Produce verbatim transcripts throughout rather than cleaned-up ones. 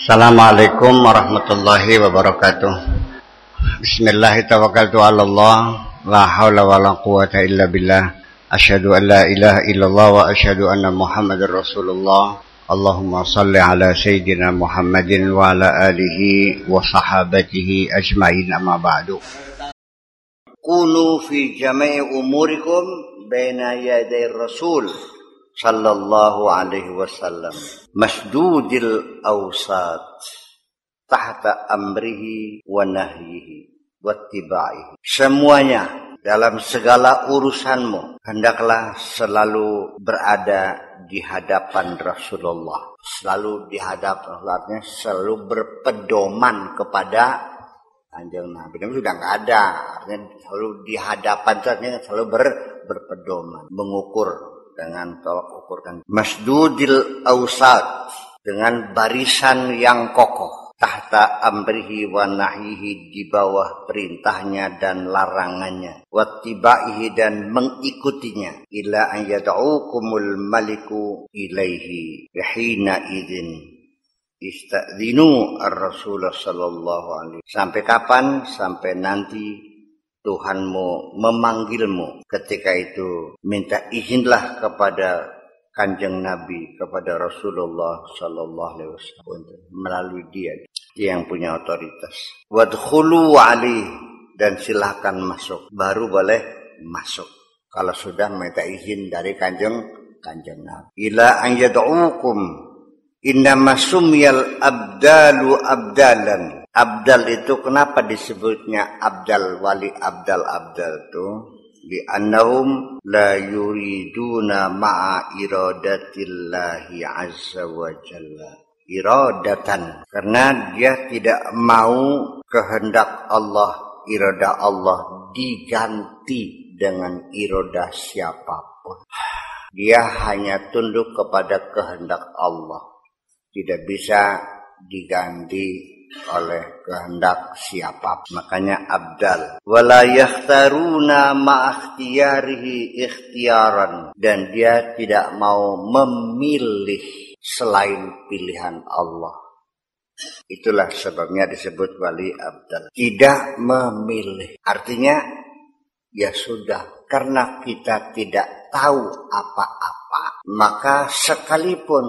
Assalamualaikum warahmatullahi wabarakatuh. Bismillahirrahmanirrahim. La haula wa la quwata illa billah. Asyhadu an la ilaha illallah wa asyhadu anna Muhammadar Rasulullah. Allahumma salli ala sayyidina Muhammadin wa ala alihi wa sahabatihi ajma'in, amma ba'du. Kunu fi jami'i umurikum baina yaday Rasul sallallahu alaihi wasallam masdudil awsat tahta amrihi wa nahyihi wattiba'ihi. Semuanya dalam segala urusanmu hendaklah selalu berada di hadapan Rasulullah, selalu di hadapan, artinya selalu berpedoman kepada Kanjeng Nabi. Nabi sudah nggak ada, artinya selalu di hadapan, artinya selalu ber, berpedoman, mengukur dengan tolak ukur kan masdudil awsat, dengan barisan yang kokoh, tahta amrihi wa nahyihi, di bawah perintahnya dan larangannya, wattibaihi, dan mengikutinya, ila an yad'ukumul maliku ilaihi hina idzin istadzinu ar-rasul sallallahu alaihi. Sampai kapan? Sampai nanti Tuhanmu memanggilmu. Ketika itu minta izinlah kepada Kanjeng Nabi, kepada Rasulullah sallallahu alaihi wasallam, melalui dia, dia yang punya otoritas. Wadkhulu alaihi, dan silahkan masuk, baru boleh masuk kalau sudah minta izin dari Kanjeng Kanjeng Nabi. Ila an yad'ukum innama sumyal abdalu abdalan. Abdal itu kenapa disebutnya abdal, wali abdal abdal itu? Li annahum la yuriduna ma'a iradatillahi azza wa jalla iradatan, karena dia tidak mau kehendak Allah, irada Allah diganti dengan irada siapapun. Dia hanya tunduk kepada kehendak Allah, tidak bisa diganti oleh kehendak siapa. Makanya abdal. Wala yakhtaruna ma'akhtiyarihi ikhtiaran, dan dia tidak mau memilih selain pilihan Allah. Itulah sebabnya disebut wali abdal, tidak memilih. Artinya ya sudah, karena kita tidak tahu apa-apa, maka sekalipun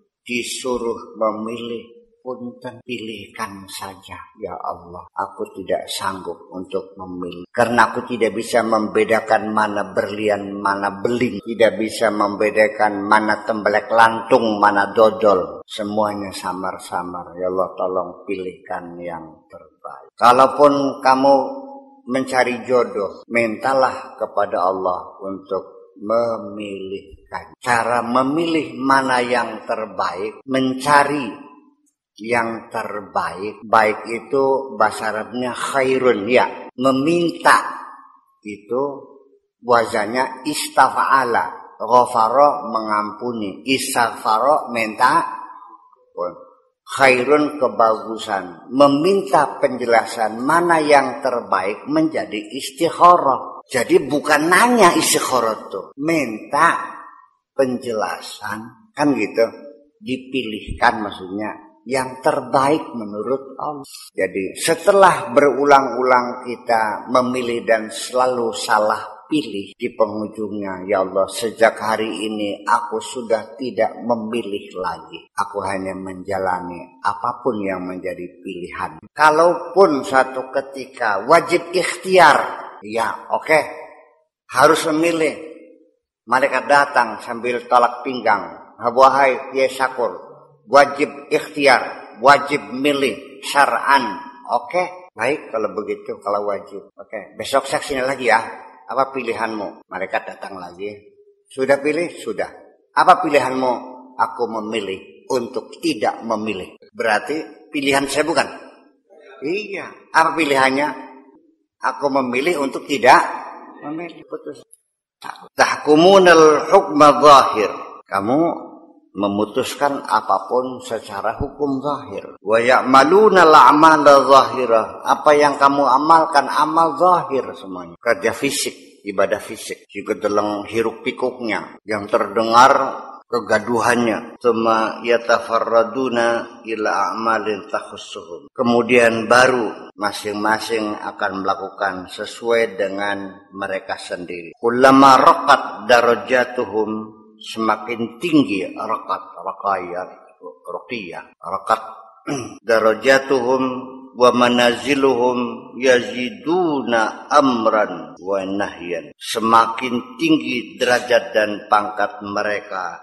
disuruh memilih, punten, pilihkan saja ya Allah, aku tidak sanggup untuk memilih, karena aku tidak bisa membedakan mana berlian mana beling, tidak bisa membedakan mana tembelek lantung mana dodol, semuanya samar-samar. Ya Allah, tolong pilihkan yang terbaik. Kalaupun kamu mencari jodoh, mintalah kepada Allah untuk memilihkan. Cara memilih mana yang terbaik, mencari yang terbaik. Baik itu bahasa Arabnya khairun, ya, meminta itu wazannya istafa'ala. Ghafara, mengampuni, istaghfara, minta, khairun, kebagusan. Meminta penjelasan mana yang terbaik menjadi istikharah. Jadi bukan nanya istikharah itu, minta penjelasan, kan gitu, dipilihkan maksudnya yang terbaik menurut Allah. Jadi setelah berulang-ulang kita memilih dan selalu salah pilih, di penghujungnya, ya Allah, sejak hari ini aku sudah tidak memilih lagi, aku hanya menjalani apapun yang menjadi pilihan. Kalaupun satu ketika wajib ikhtiar, ya oke, okay, harus memilih, malaikat datang sambil tolak pinggang, wahai Kiai Sakur, wajib ikhtiar, wajib milih syar'an. Oke, okay, baik kalau begitu, kalau wajib. Oke, okay, besok saksinya lagi ya. Apa pilihanmu? Mereka datang lagi. Sudah pilih? Sudah. Apa pilihanmu? Aku memilih untuk tidak memilih. Berarti pilihan saya bukan? Iya. Apa pilihannya? Aku memilih untuk tidak memilih. Putus. Tahkumunal hukma zahir. Kamu memutuskan apapun secara hukum zahir. Wa ya'maluna al-a'mala zahirah. Apa yang kamu amalkan amal zahir semuanya. Kerja fisik, ibadah fisik, juga dalam hiruk pikuknya yang terdengar kegaduhannya. Tsumma yatafarraduna ila a'malin takhussuhum. Kemudian baru masing-masing akan melakukan sesuai dengan mereka sendiri. Kullama raqat darajatuhum, semakin tinggi raqat raqayat raqiyah raqat darajatuhum wa manaziluhum yaziduna amran wa nahyan. Semakin tinggi derajat dan pangkat mereka,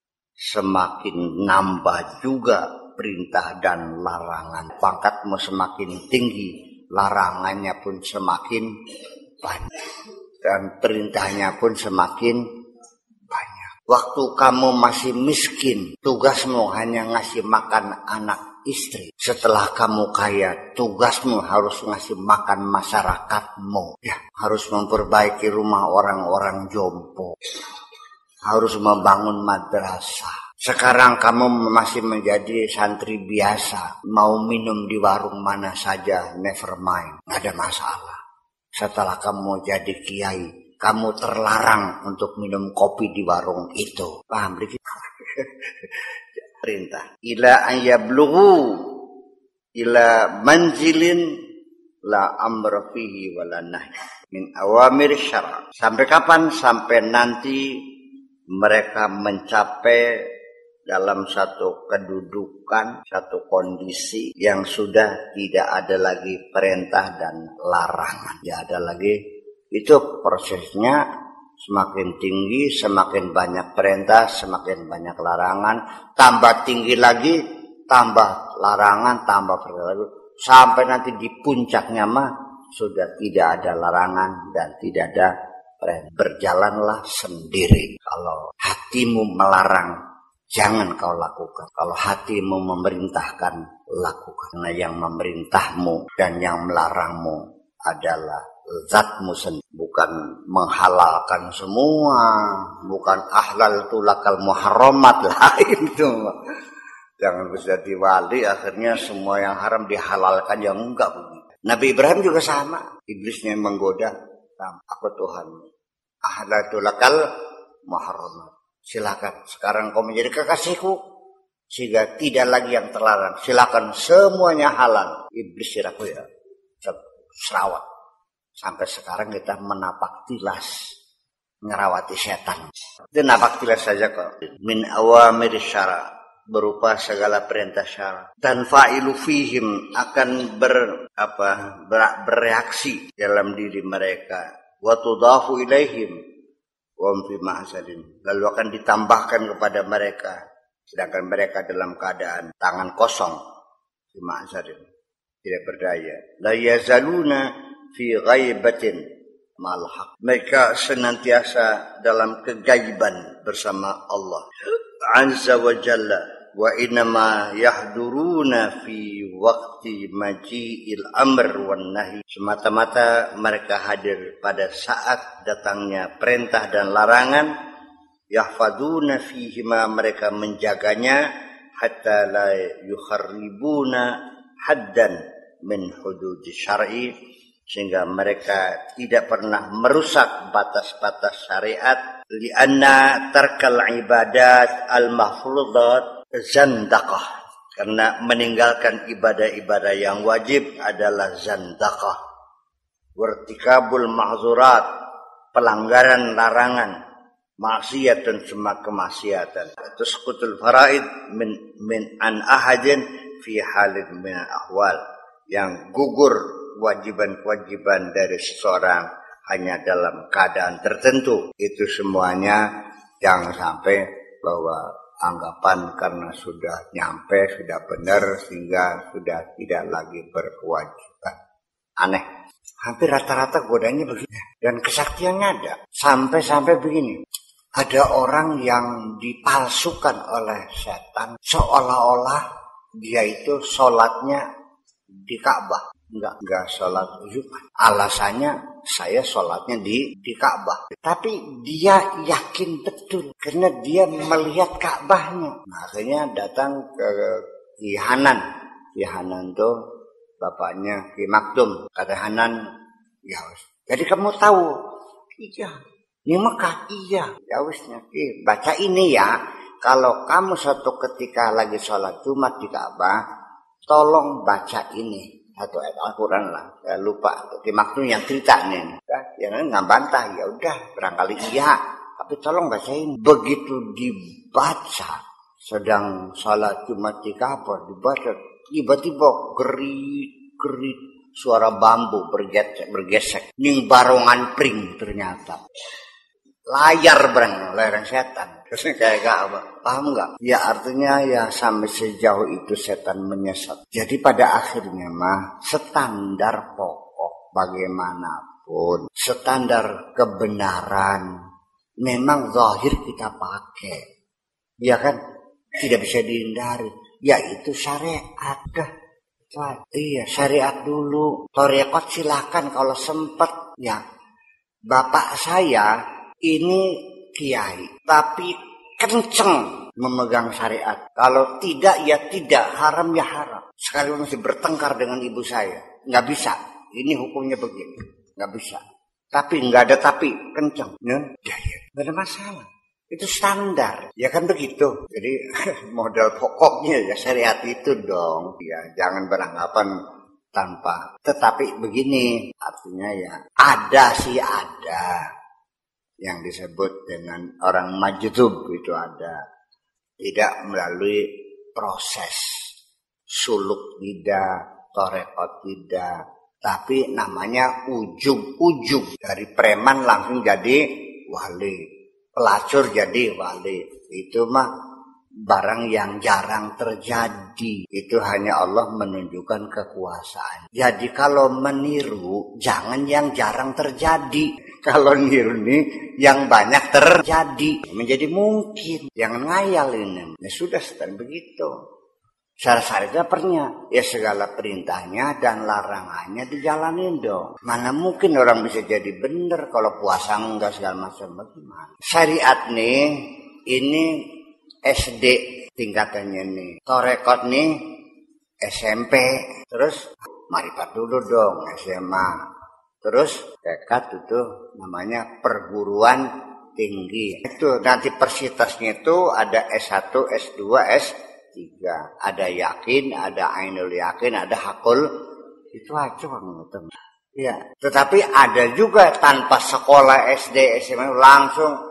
semakin nambah juga perintah dan larangan. Pangkatmu semakin tinggi, larangannya pun semakin banyak, dan perintahnya pun semakin banyak. Waktu kamu masih miskin, tugasmu hanya ngasih makan anak istri. Setelah kamu kaya, tugasmu harus ngasih makan masyarakatmu. Ya, harus memperbaiki rumah orang-orang jompo, harus membangun madrasah. Sekarang kamu masih menjadi santri biasa, mau minum di warung mana saja, never mind, nggak ada masalah. Setelah kamu jadi kiai, kamu terlarang untuk minum kopi di warung itu. Paham begitu? Perintah. Ila an yablughu ila manzilin la amra fihi wala nahy min awamir syara'. Sampai kapan? Sampai nanti mereka mencapai dalam satu kedudukan, satu kondisi yang sudah tidak ada lagi perintah dan larangan. Tidak ada lagi. Itu prosesnya semakin tinggi, semakin banyak perintah, semakin banyak larangan. Tambah tinggi lagi, tambah larangan, tambah perintah lagi. Sampai nanti di puncaknya mah sudah tidak ada larangan dan tidak ada perintah. Berjalanlah sendiri. Kalau hatimu melarang, jangan kau lakukan. Kalau hatimu memerintahkan, lakukan. Karena yang memerintahmu dan yang melarangmu adalah zatmu sendiri. Bukan menghalalkan semua, bukan ahlal tulakal muharramat, lain itu. Jangan bisa diwali akhirnya semua yang haram dihalalkan, yang enggak begitu. Nabi Ibrahim juga sama, iblisnya yang menggoda, aku Tuhan, ahlal tulakal muharramat. Silakan sekarang kau menjadi kekasihku, sehingga tidak lagi yang terlarang. Silakan semuanya halal. Iblis siraku ya serawat. Sampai sekarang kita menapak tilas ngerawati setan. Itu napak tilas saja kok. Min awamir syara', berupa segala perintah syara'. Dan fa'ilu fihim, akan ber apa ber, bereaksi dalam diri mereka. Wa tudafu ilaihim wa fi ma'zalin, lalu akan ditambahkan kepada mereka, sedangkan mereka dalam keadaan tangan kosong, fi ma'zalin, tidak berdaya. La yazaluna fi ghaibatin mal haq, mereka senantiasa dalam kegaiban bersama Allah azza wa jalla. Wa innama yahduruna fi waqti maji'il amr wan nahi, semata-mata mereka hadir pada saat datangnya perintah dan larangan. Yahfaduna fihima, mereka menjaganya, hatta la yukharribuna haddan min hududi syar'i, sehingga mereka tidak pernah merusak batas-batas syariat. Lianna tarkal ibadat al-mafruḍat zandaqah, karena meninggalkan ibadah-ibadah yang wajib adalah zandaqah. Wartikabul mahzurat, pelanggaran larangan, maksiat dan semua kemaksiatan. Tusqutul faraid min min an ahadin fi halin min ahwal, yang gugur kewajiban-kewajiban dari seseorang hanya dalam keadaan tertentu. Itu semuanya jangan sampai bahwa anggapan karena sudah nyampe, sudah benar, sehingga sudah tidak lagi berkewajiban. Aneh. Hampir rata-rata godanya begini. Dan kesaktiannya ada. Sampai-sampai begini. Ada orang yang dipalsukan oleh setan, seolah-olah dia itu sholatnya di Ka'bah. Enggak, enggak sholat Jumat. Alasannya saya sholatnya di di Ka'bah. Tapi dia yakin betul karena dia melihat Ka'bahnya. Nah, akhirnya datang ke Ki Hanan. Ki Hanan tuh bapaknya Ki Maktum. Kata Hanan, ya wis. Jadi kamu tahu? Iya. Ini Mekah, iya. Ya wis, baca ini ya. kalau kamu suatu ketika lagi sholat Jumat di Ka'bah, tolong baca ini satu ayat Al-Quran lah. Ya, lupa dimaksud yang cerita nih. Ya, yang nggak bantah, ya udah barangkali iya. Tapi tolong bacain. Begitu dibaca, sedang sholat Jumat di Ka'bah dibaca, tiba-tiba gerit-gerit suara bambu bergesek, bergesek. Ning barongan pring ternyata. Layar berang, layar setan. Terus kayak gak apa, paham gak? Ya artinya ya sampai sejauh itu setan menyesat. Jadi pada akhirnya mah standar pokok bagaimanapun, standar kebenaran memang zahir kita pakai. Ya kan? Tidak bisa dihindari. Yaitu syariat. Iya, syariat dulu. Thariqat silakan kalau sempat. Ya, bapak saya ini kiai, tapi kenceng memegang syariat. Kalau tidak, ya tidak. Haram ya haram. Sekarang masih bertengkar dengan ibu saya. Nggak bisa. Ini hukumnya begini. Nggak bisa. Tapi nggak ada tapi. Kenceng. Ya, ya, nggak ada masalah. Itu standar. Ya kan begitu. Jadi modal pokoknya ya syariat itu dong. Ya jangan beranggapan tanpa. Tetapi begini. Artinya ya ada sih ada. Yang disebut dengan orang majdub itu ada. Tidak melalui proses suluk tidak, thariqat tidak, tapi namanya ujug-ujug. Dari preman langsung jadi wali, pelacur jadi wali. Itu mah barang yang jarang terjadi. Itu hanya Allah menunjukkan kekuasaan. Jadi kalau meniru jangan yang jarang terjadi. Kalau niru nih yang banyak terjadi menjadi mungkin. Jangan ngayal ini. Ya sudah sedang begitu. Syarat-syaratnya pernya. Ya segala perintahnya dan larangannya dijalanin dong. Mana mungkin orang bisa jadi benar kalau puasa enggak segala macam bagaimana. Syariat nih ini S D tingkatannya nih. Thariqat nih S M P. Terus marifat dulu dong S M A. Terus tekad itu namanya perguruan tinggi. Itu nanti persitasnya itu ada S satu, S dua, S tiga. Ada yakin, ada ainul yakin, ada hakul. Itu aja Bang. Ya, tetapi ada juga tanpa sekolah S D, S M A langsung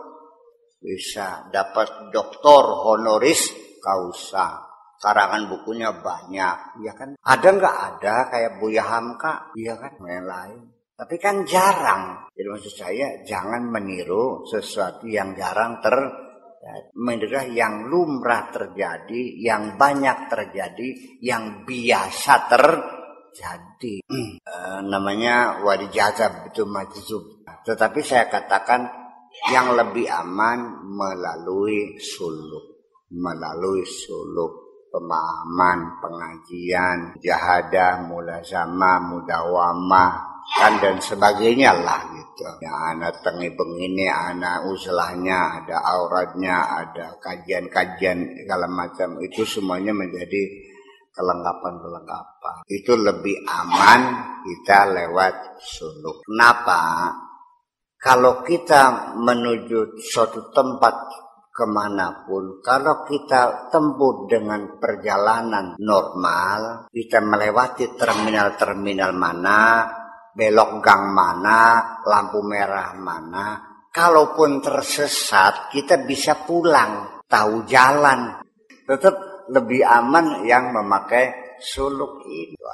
bisa dapat doktor honoris causa. Karangan bukunya banyak, ya kan? Ada nggak ada kayak Buya Hamka, iya kan? Yang lain. Tapi kan jarang. Jadi maksud saya jangan meniru sesuatu yang jarang terjadi. Meniru yang lumrah terjadi, yang banyak terjadi, yang biasa terjadi. e, namanya wadijazab itu majzub. Tetapi saya katakan yang lebih aman melalui suluk. Melalui suluk. Pemahaman, pengajian, jahadah, mulazamah, mudawamah, kan dan sebagainya lah gitu. Ya anak tengi begini, anak uslahnya, ada auratnya, ada kajian-kajian segala macam. Itu semuanya menjadi kelengkapan-kelengkapan. Itu lebih aman kita lewat suluk. Kenapa? Kalau kita menuju suatu tempat kemanapun, kalau kita tempuh dengan perjalanan normal, kita melewati terminal-terminal mana, belok gang mana, lampu merah mana, kalaupun tersesat, kita bisa pulang, tahu jalan. Tetap lebih aman yang memakai suluk itu.